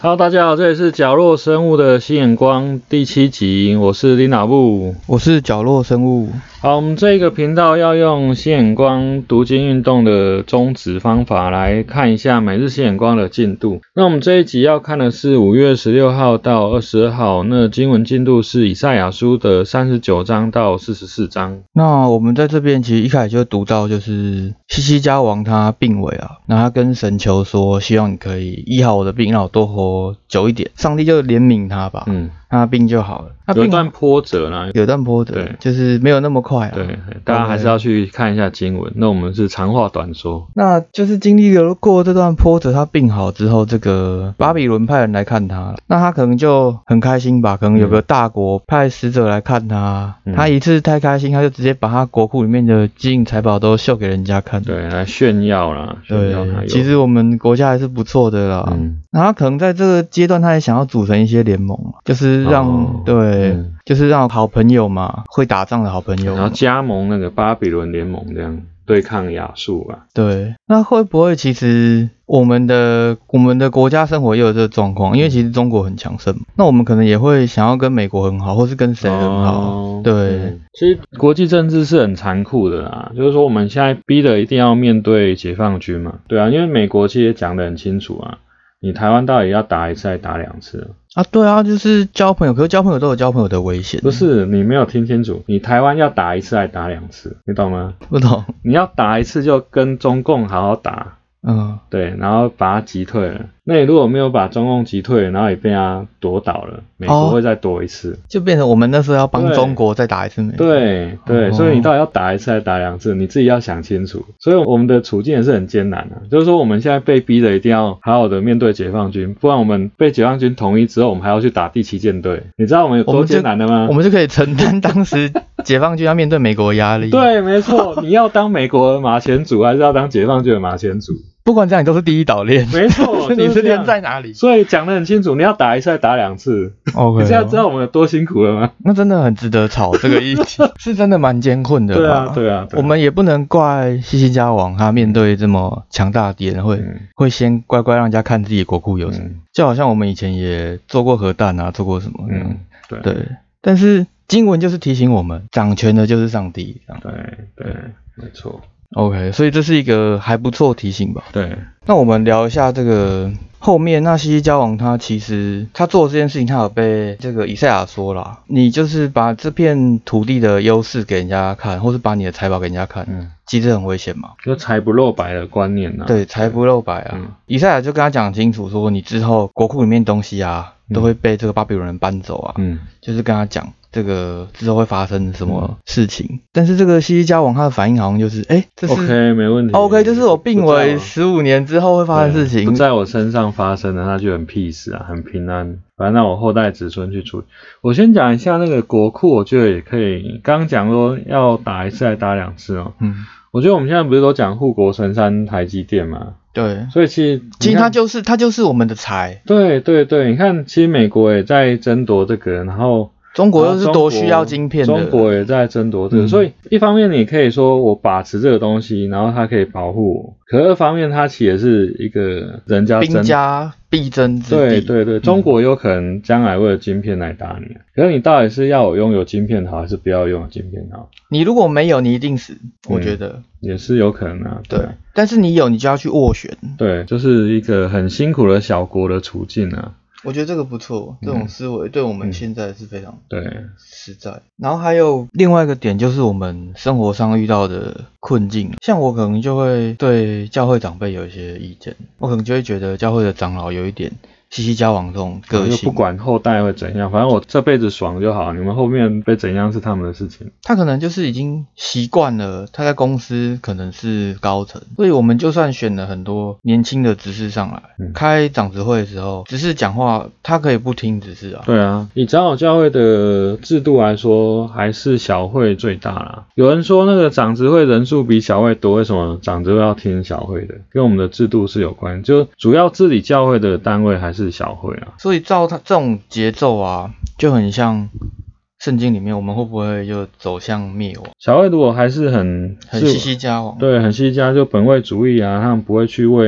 Hello， 大家好，这里是角落生物的新眼光第7集，我是林老布， 我是角落生物。 好，我们这个频道要用新眼光读经运动的宗旨方法来看一下每日新眼光的进度。那我们这一集要看的是5月16号到22号，那经文进度是以赛亚书的39章到44章。 那我们在这边其实一开始就读到，就是西西家王他病危啊，然后他跟神求说，希望你可以医好我的病，让我多活久一点。上帝就怜悯他吧，他病就好了。 有一段波折啦， 有段波折，对，就是没有那么快啊。 对，大家还是要去看一下经文。那我们是长话短说， 那就是经历了过这段波折，他病好之后，这个巴比伦派人来看他，那他可能就很开心吧，可能有个大国派使者来看他，他一次太开心，他就直接把他国库里面的金银财宝都秀给人家看， 对，来炫耀啦，炫耀他有。 其实我们国家还是不错的啦。然后他可能在这个阶段，他也想要组成一些联盟，就是让就是让好朋友嘛，会打仗的好朋友， 然后加盟那个巴比伦联盟，这样对抗亚述吧。 对，那会不会其实我们的国家生活也有这个状况？因为其实中国很强盛，那我们可能也会想要跟美国很好，或是跟谁很好。对， 其实国际政治是很残酷的啦，就是说我们现在逼的一定要面对解放军嘛。对啊，因为美国其实也讲得很清楚啊，你台湾到底要打一次还打2次啊？对啊，就是交朋友，可是交朋友都有交朋友的危险。 不是，你没有听清楚，你台湾要打1次还打2次，你懂吗？ 不懂。 你要打1次就跟中共好好打，对，然后把他击退了。那你如果没有把中共击退，然后也被他夺倒了，美国会再夺1次， 就变成我们那时候要帮中国再打1次美国。 对，所以你到底要打1次还是打2次，你自己要想清楚。所以我们的处境也是很艰难的，就是说我们现在被逼的一定要好好的面对解放军，不然我们被解放军统一之后，我们还要去打第7舰队，你知道我们有多艰难的吗？ 我们就可以承担当时解放军要面对美国的压力。 对，没错，你要当美国的马前卒，还是要当解放军的马前卒？ 不管这样，你都是第一岛链。 没错， 你是连在哪里？ 所以讲得很清楚，你要打1次还打2次。 OK， 你现在知道我们有多辛苦了吗？ 那真的很值得吵这个议题，是真的蛮艰困的吧？ 对啊。 我们也不能怪西西家王，他面对这么强大的敌人，会先乖乖让人家看自己的国库有什么，就好像我们以前也做过核弹啊，做过什么，对。但是经文就是提醒我们，掌权的就是上帝，这样。 对，没错。 OK， 所以这是一个还不错提醒吧。 对， 那我们聊一下这个后面，那西西家王他其实他做这件事情，他有被这个以赛亚说啦，你就是把这片土地的优势给人家看，或是把你的财宝给人家看，其实很危险嘛， 就财不露白的观念啊。 对，财不露白啊。以赛亚就跟他讲清楚说，你之后国库里面东西啊，都会被这个巴比伦人搬走啊。就是跟他讲这个之后会发生什么事情，但是这个西西家王他的反应好像就是这是 OK 没问题 OK， 就是我病危15年之后会发生的事情， 不在我身上发生的，那就很 peace 啊，很平安，反正让我后代子孙去处理。我先讲一下那个国库，我觉得也可以，刚刚讲说要打1次还打2次哦。我觉得我们现在不是都讲护国神山台积电吗？ 对， 所以其实它就是我们的财。 对，你看，其实美国也在争夺这个，然后中国又是多需要晶片的， 中国也在争夺这个，所以一方面你可以说我把持这个东西，然后它可以保护我，可二方面它其实也是一个人家兵家必争之地。 对，中国有可能将来为了晶片来打你，可是你到底是要我拥有晶片好，还是不要拥有晶片好？ 你如果没有，你一定死，我觉得也是有可能啊。 对，但是你有，你就要去斡旋。 对，就是一个很辛苦的小国的处境啊。 我觉得这个不错，这种思维对我们现在是非常实在。然后还有另外一个点，就是我们生活上遇到的困境，像我可能就会对教会长辈有一些意见，我可能就会觉得教会的长老有一点西西家王这种个性， 就不管后代会怎样，反正我这辈子爽就好，你们后面被怎样是他们的事情。 他可能就是已经习惯了，他在公司可能是高层，所以我们就算选了很多年轻的执事上来，开长执会的时候，执事讲话他可以不听执事啊。 对啊，以长老教会的制度来说，还是小会最大啦。有人说那个长执会人数比小会多，为什么长执会要听小会的？跟我们的制度是有关，就主要治理教会的单位还是小会啊。 所以照他这种节奏啊，就很像圣经里面，我们会不会就走向灭亡？ 小会如果还是很西西家王， 对，很西西家，就本位主义啊，他们不会去为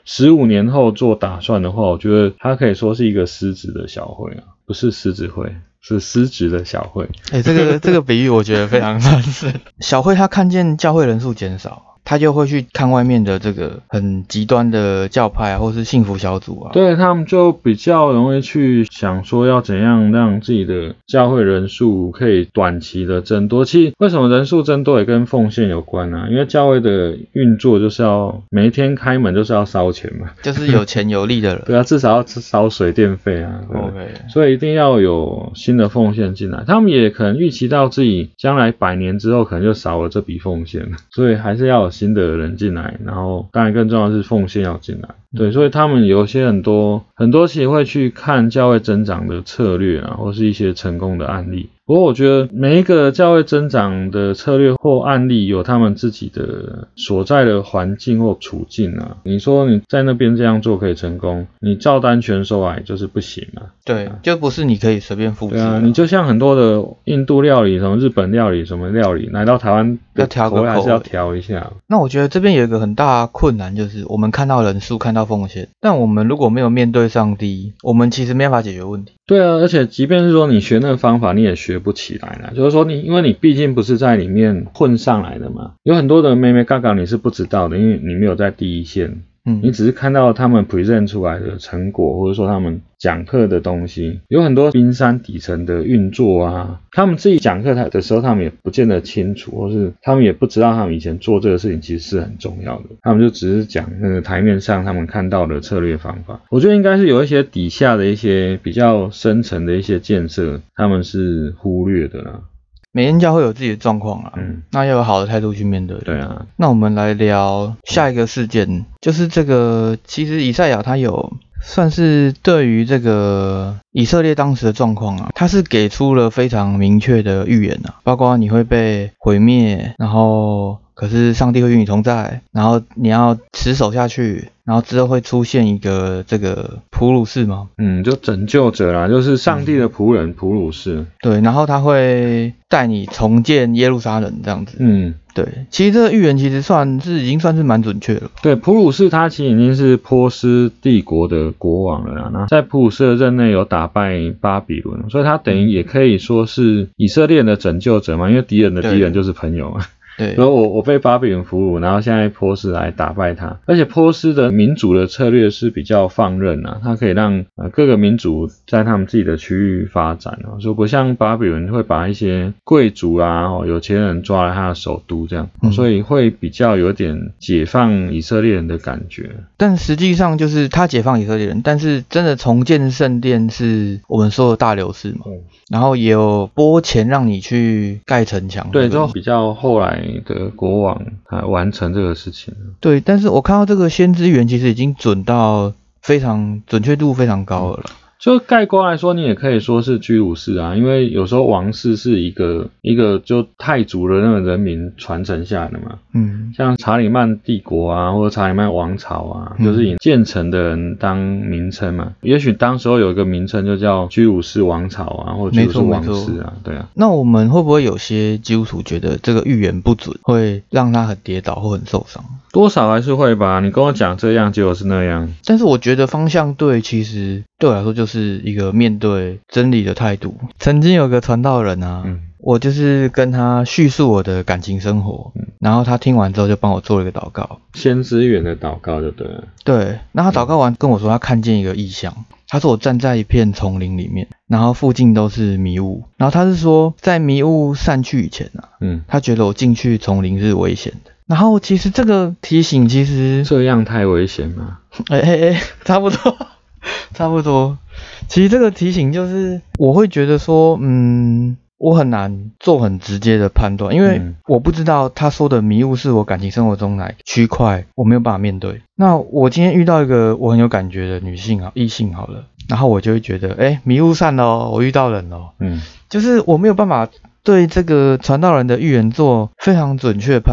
15年后做打算的话，我觉得它可以说是一个失职的小会啊，不是狮子会，是失职的小会。 这个比喻我觉得非常赞成。小会他看见教会人数减少，他就会去看外面的这个很极端的教派啊，或是幸福小组啊。 对，他们就比较容易去想说要怎样让自己的教会人数可以短期的增多。其实为什么人数增多也跟奉献有关啊？因为教会的运作就是要每一天开门就是要烧钱嘛， 就是有钱有力的人。 对啊，至少要烧水电费啊。 OK， 所以一定要有新的奉献进来。他们也可能预期到自己将来100年之后可能就少了这笔奉献了，所以还是要有新的人进来，然后当然更重要的是奉献要进来。对，所以他们有些很多其实会去看教会增长的策略啊，或是一些成功的案例。不过我觉得每一个教会增长的策略或案例有他们自己的所在的环境或处境啊。你说你在那边这样做可以成功，你照单全收来就是不行啊。 对，就不是你可以随便复制。 对啊，你就像很多的印度料理、什么日本料理、什么料理，来到台湾要调个口味还是要调一下。 那我觉得这边有一个很大困难，就是我们看到人数、看到奉献，但我们如果没有面对上帝，我们其实没办法解决问题。 对啊，而且即便是说你学那个方法，你也学不起来啦。就是说因为你毕竟不是在里面混上来的嘛，有很多的妹妹嘎嘎你是不知道的，因为你没有在第一线。你只是看到他们 present 出来的成果，或者说他们讲课的东西，有很多冰山底层的运作啊，他们自己讲课的时候他们也不见得清楚，或是他们也不知道他们以前做这个事情其实是很重要的，他们就只是讲那个台面上他们看到的策略方法。我觉得应该是有一些底下的一些比较深层的一些建设他们是忽略的啦。 每间教会有自己的状况啦，那要有好的态度去面对。 对啊， 那我们来聊下一个事件，就是这个其实以赛亚他有算是对于这个以色列当时的状况啊，他是给出了非常明确的预言啊，包括你会被毁灭，然后可是上帝会与你同在，然后你要持守下去，然后之后会出现一个这个普鲁士吗？ 就拯救者啦，就是上帝的仆人普鲁士。 对，然后他会带你重建耶路撒冷这样子。对，其实这个预言其实已经算是蛮准确了。 对，普鲁士他其实已经是波斯帝国的国王了啦。那在普鲁士的任内有打败巴比伦，所以他等于也可以说是以色列的拯救者嘛，因为敌人的敌人就是朋友嘛。 对， 然后我被巴比伦俘虏，然后现在波斯来打败他，而且波斯的民主的策略是比较放任啊，它可以让各个民族在他们自己的区域发展啊，所以不像巴比伦会把一些贵族啊、有钱人抓来他的首都这样，所以会比较有点解放以色列人的感觉。 但实际上就是他解放以色列人，但是真的重建圣殿是我们说的大流士嘛，然后也有拨钱让你去盖城墙。 对，就比较后来的国王完成这个事情。 对，但是我看到这个先知预言其实已经准到非常准确度非常高了啦。 就概括来说，你也可以说是居鲁士啊，因为有时候王室是一个就太祖的那个人民传承下来的嘛。像查理曼帝国啊，或者查理曼王朝啊，就是以建成的人当名称嘛。也许当时候有一个名称就叫居鲁士王朝啊，或者居鲁士王室啊，对啊。 那我们会不会有些基督徒觉得这个预言不准，会让他很跌倒或很受伤？ 多少还是会吧，你跟我讲这样结果是那样。 但是我觉得方向对，其实对我来说就是一个面对真理的态度。曾经有个传道人啊，我就是跟他叙述我的感情生活，然后他听完之后就帮我做了一个祷告， 先知预言的祷告就对了。 对，那他祷告完跟我说他看见一个异象，他说我站在一片丛林里面，然后附近都是迷雾，然后他是说在迷雾散去以前啊，他觉得我进去丛林是危险的。然后其实这个提醒其实这样太危险吗？ 差不多差不多。其实这个提醒就是我会觉得说我很难做很直接的判断，因为我不知道他说的迷雾是我感情生活中哪区块我没有办法面对。那我今天遇到一个我很有感觉的女性异性好了，然后我就会觉得迷雾散了哦，我遇到人了。就是我没有办法对这个传道人的预言做非常准确的判断。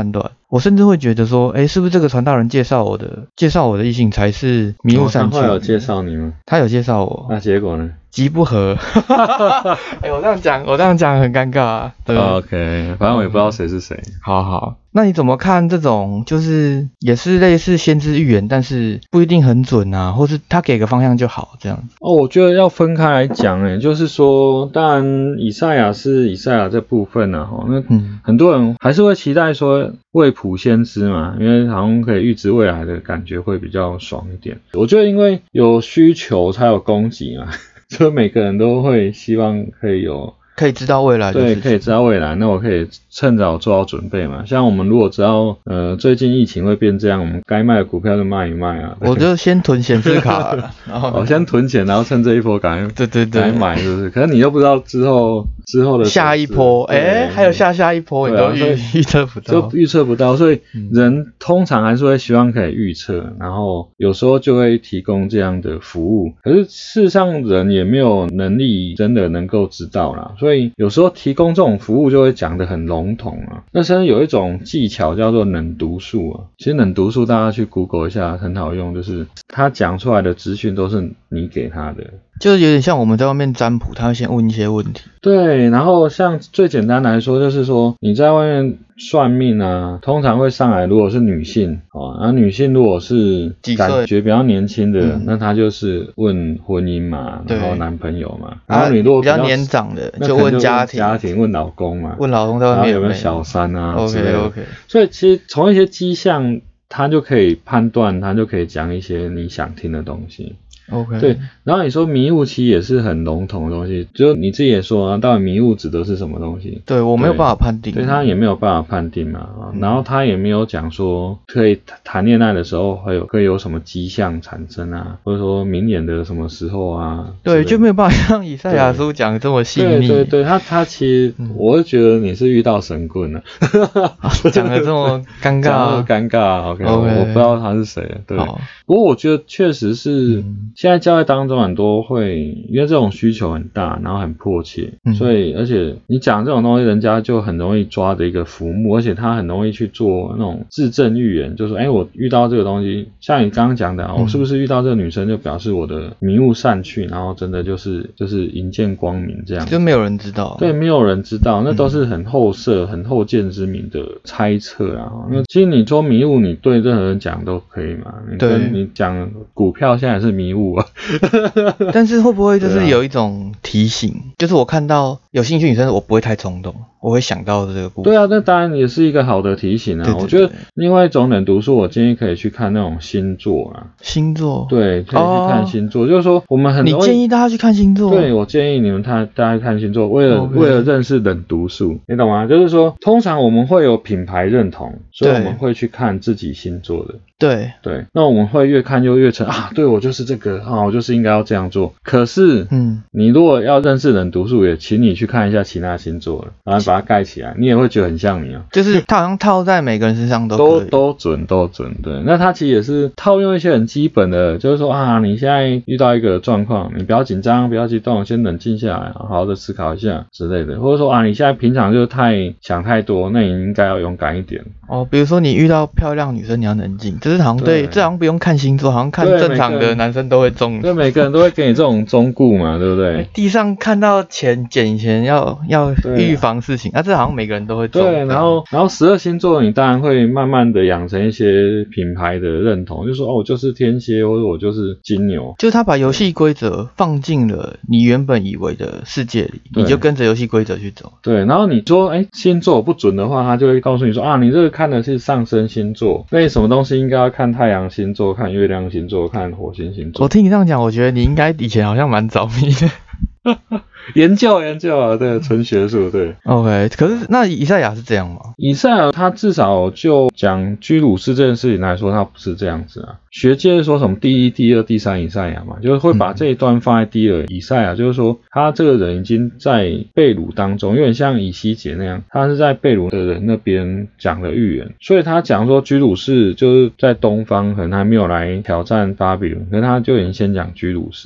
我甚至会觉得说，是不是这个传道人介绍我的异性才是迷雾散去？ 他会有介绍你吗？ 他有介绍我。 那结果呢？ 极不合。我这样讲很尴尬啊。对。 OK， 反正我也不知道谁是谁。 好，那你怎么看这种就是也是类似先知预言，但是不一定很准啊，或是他给个方向就好这样？ 我觉得要分开来讲，就是说，当然以赛亚是以赛亚这部分啊，那很多人还是会期待说未卜先知嘛，因为好像可以预知未来的感觉会比较爽一点。我觉得因为有需求才有供给嘛。所以每个人都会希望可以知道未来的事情。 对，可以知道未来，那我可以趁早做好准备嘛。像我们如果知道最近疫情会变这样，我们该卖的股票就卖一卖啊。 我就先囤显示卡了， 然后先囤钱，然后趁这一波赶快对买，是不是？可是你又不知道之后的下一波，还有下一波，你都预测不到， 就预测不到，所以人通常还是会希望可以预测，然后有时候就会提供这样的服务。可是事实上人也没有能力真的能够知道啦，所以有时候提供这种服务就会讲得很笼统啊。那甚至有一种技巧叫做冷读术啊，其实冷读术大家去 Google 一下很好用，就是他讲出来的资讯都是你给他的。 就是有点像我们在外面占卜，他会先问一些问题。 对，然后像最简单来说，就是说你在外面算命啊，通常会上来，如果是女性然后女性如果是感觉比较年轻的，那她就是问婚姻嘛，然后男朋友嘛。然后你如果比较年长的，就问家庭， 问老公嘛， 问老公在外面有没有小三啊之类的。 OK。 所以其实从一些迹象，他就可以判断，他就可以讲一些你想听的东西。 OK， 对，然后你说迷雾其实也是很笼统的东西，就你自己也说啊，到底迷雾指的是什么东西？ 对，我没有办法判定， 对他也没有办法判定嘛，然后他也没有讲说可以谈恋爱的时候会有什么迹象产生啊，或者说明年的什么时候啊？ 对，就没有办法像以赛亚书讲这么细腻。 对，他其实我会觉得你是遇到神棍了， 讲得这么尴尬， 讲得尴尬 ，OK， 我不知道他是谁，对。不过我觉得确实是。现在教会当中很多会，因为这种需求很大，然后很迫切，所以而且你讲这种东西，人家就很容易抓的一个浮木，而且他很容易去做那种自证预言，就说我遇到这个东西，像你刚刚讲的，我是不是遇到这个女生就表示我的迷雾散去，然后真的就是迎见光明这样， 就没有人知道， 对，没有人知道，那都是很后设、很后见之明的猜测啊。那其实你说迷雾，你对任何人讲都可以嘛，你讲股票现在也是迷雾。 但是会不会就是有一种提醒，就是我看到有兴趣女生，我不会太冲动，我会想到这个部分。 对啊，那当然也是一个好的提醒啊。我觉得另外一种冷读书，我建议可以去看那种星座啊。 星座？ 对，可以去看星座。就是说我们你建议大家去看星座？ 对，我建议你们大家看星座，为了认识冷读书，你懂吗？就是说通常我们会有品牌认同，所以我们会去看自己星座的。 对， 那我们会越看就越成对，我就是这个我就是应该要这样做。可是你如果要认识冷读术，也请你去看一下其他星座了，然后把它盖起来，你也会觉得很像你就是它好像套在每个人身上都准。对，那它其实也是套用一些很基本的，就是说你现在遇到一个状况，你不要紧张，不要激动，先冷静下来，好好的思考一下之类的。或者说你现在平常就想太多，那你应该要勇敢一点。 比如说你遇到漂亮女生，你要冷静，这好像不用看星座，好像看正常的男生都会中。 对，每个人都会给你这种忠告嘛，对不对？ 地上看到钱捡钱要预防事情，这好像每个人都会中。 对，然后12星座你当然会慢慢的养成一些品牌的认同，就说我就是天蝎，或者我就是金牛。 就是他把游戏规则放进了你原本以为的世界里，你就跟着游戏规则去走。 对，然后你说星座不准的话，他就会告诉你说你这个看的是上升星座，那你什么东西应该要看太阳星座、看月亮星座、看火星星座。 我听你这样讲，我觉得你应该以前好像蛮着迷的。 研究啊，对，纯学术，对。 OK， 可是那以赛亚是这样吗？ 以赛亚他至少就讲居鲁士这件事情来说，他不是这样子啊。学界说什么第一、第二、第三以赛亚嘛，就是会把这一段放在第二以赛亚，就是说他这个人已经在被掳当中，有点像以西结那样，他是在被掳的人那边讲的预言，所以他讲说居鲁士就是在东方可能还没有来挑战巴比伦，可是他就已经先讲居鲁士了。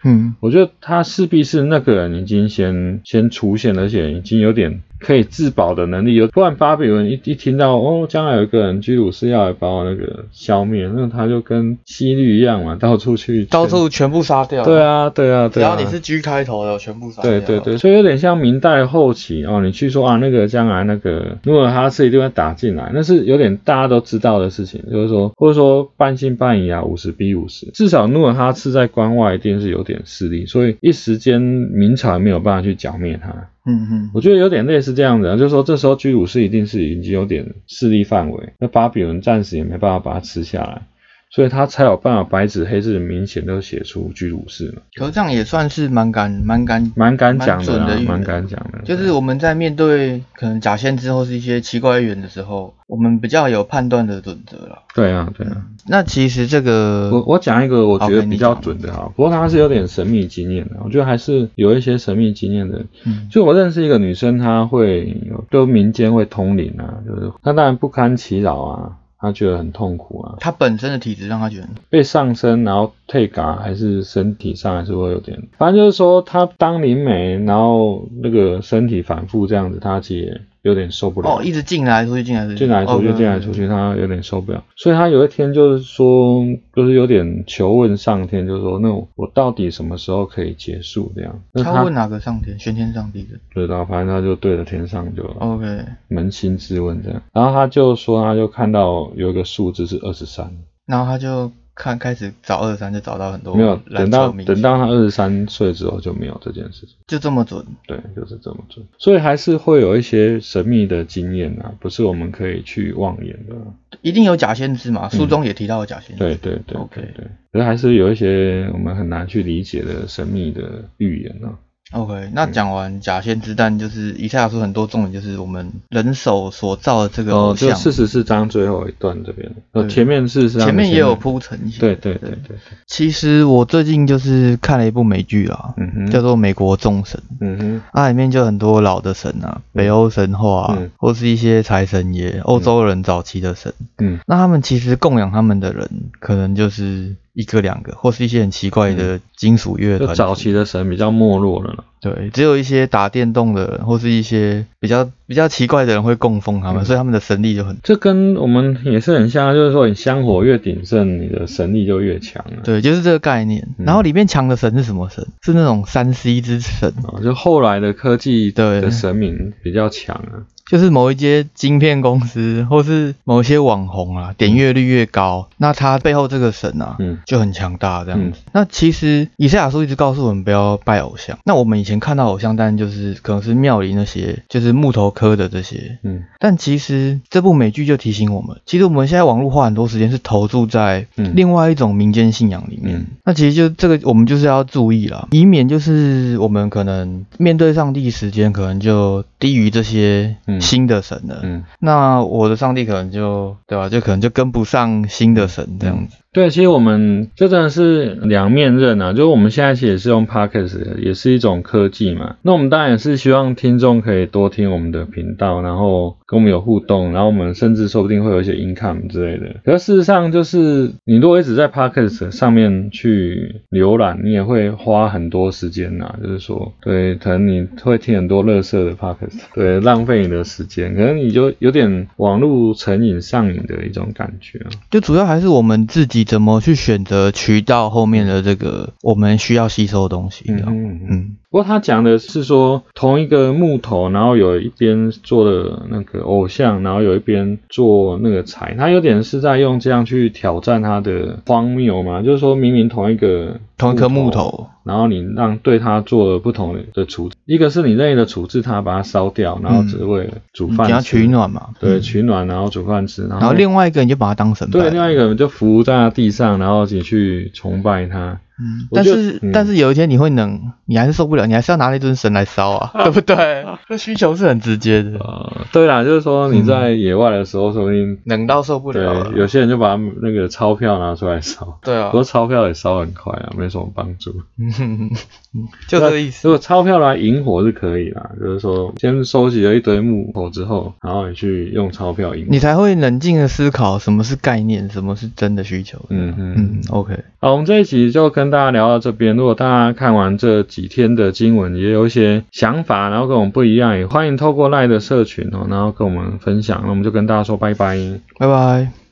我觉得他势必是那个人已经先出现，而且已经有点可以自保的能力，不然巴比伦一听到将来有一个人居鲁士要来把我那个消灭，那他就跟希律一样嘛，到处全部杀掉。 对啊，只要你是 G 开头的，全部杀掉。 对，所以有点像明代后期你去说那个将来那个努尔哈赤一定会打进来，那是有点大家都知道的事情，就是说或者说半信半疑啊，50-50，至少努尔哈赤在关外一定是有点势力，所以一时间明朝也没有办法去剿灭他。我觉得有点类似这样子就是说这时候居鲁士一定是已经有点势力范围，那巴比伦暂时也没办法把它吃下来，所以他才有办法白纸黑字明显都写出居鲁士嘛。 可是这样也算是蛮敢讲的，蛮敢讲的。 就是我们在面对可能假先知或是一些奇怪预言的时候，我们比较有判断的准则啦。 对啊。 那其实这个我讲一个我觉得比较准的不过他是有点神秘经验的，我觉得还是有一些神秘经验的。就我认识一个女生，她会就民间会通灵就是她当然不堪其扰他觉得很痛苦他本身的体质让他觉得被上身，然后退嘎，还是身体上还是会有点，反正就是说他当灵媒，然后那个身体反复这样子，他其实也有点受不了。 一直进来出去，他有点受不了。所以他有一天就是说，就是有点求问上天，就是说，那我到底什么时候可以结束这样？ 他问哪个上天？玄天上帝的？ 不知道，反正他就对着天上就 OK 扪心自问这样。然后他就说，他就看到有一个数字是23， 然后他就开始找23，就找到很多没有，等到他23岁之后就没有这件事情， 就这么准。 对，就是这么准。所以还是会有一些神秘的经验不是我们可以去妄言的。 一定有假先知嘛，书中也提到有假先知。 对 OK 可是还是有一些我们很难去理解的神秘的预言 OK， 那讲完假先知，但就是以赛亚书很多重点就是我们人手所造的这个偶像。 就44章最后一段这边，前面也有铺陈一些。 对。 其实我最近就是看了一部美剧叫做《美国众神》。里面就很多老的神北欧神话或是一些财神爷，欧洲人早期的神。那他们其实供养他们的人，可能就是1个2个，或是一些很奇怪的金属乐团。 早期的神比较没落了对，只有一些打电动的人，或是一些比较奇怪的人会供奉他们，所以他们的神力就很。 这跟我们也是很像，就是说你香火越鼎盛，你的神力就越强对，就是这个概念。然后里面强的神是什么神？是那种3C 之神就后来的科技的神明比较强就是某一些晶片公司，或是某一些网红点阅率越高，那他背后这个神就很强大这样子。那其实以赛亚书一直告诉我们不要拜偶像。那我们以前看到偶像，当然就是可能是庙里那些，就是木头刻的这些。但其实这部美剧就提醒我们，其实我们现在网络花很多时间是投注在另外一种民间信仰里面。那其实就这个我们就是要注意啦，以免就是我们可能面对上帝时间可能就低于这些新的神了。那我的上帝可能就对吧，就可能就跟不上新的神这样子。 对，其实我们这真的是两面刃就是我们现在其实也是用 Podcast， 也是一种科技嘛。那我们当然也是希望听众可以多听我们的频道，然后跟我们有互动，然后我们甚至说不定会有一些 income 之类的。可是事实上就是你如果一直在 Podcast 上面去浏览，你也会花很多时间就是说对，可能你会听很多垃圾的 Podcast， 对，浪费你的时间，可能你就有点网络成瘾上瘾的一种感觉就主要还是我们自己怎么去选择渠道后面的这个我们需要吸收的东西。 不过他讲的是说同一个木头，然后有一边做的那个偶像，然后有一边做那个柴，他有点是在用这样去挑战他的荒谬嘛，就是说明明同一颗木头， 然后你对它做了不同的处置，一个是你任意的处置它，把它烧掉，然后只是为了煮饭吃， 你要取暖嘛， 对，取暖然后煮饭吃， 然后另外一个你就把它当神拜， 对，另外一个人就伏在地上，然后你去崇拜它。 但是有一天你还是受不了，你还是要拿那尊神来烧对不对？这需求是很直接的。 对啦，就是说你在野外的时候，说不定冷到受不了。 对，有些人就把那个钞票拿出来烧。 对不过钞票也烧很快没什么帮助。 就这个意思。 如果钞票来引火是可以啦，就是说先收集了一堆木头之后，然后你去用钞票引火， 你才会冷静的思考什么是概念，什么是真的需求。 OK。 OK。 好，我们这一集就跟跟大家聊到这边，如果大家看完这几天的经文也有一些想法，然后跟我们不一样，也欢迎透过 LINE 的社群然后跟我们分享，那我们就跟大家说拜拜。 拜拜。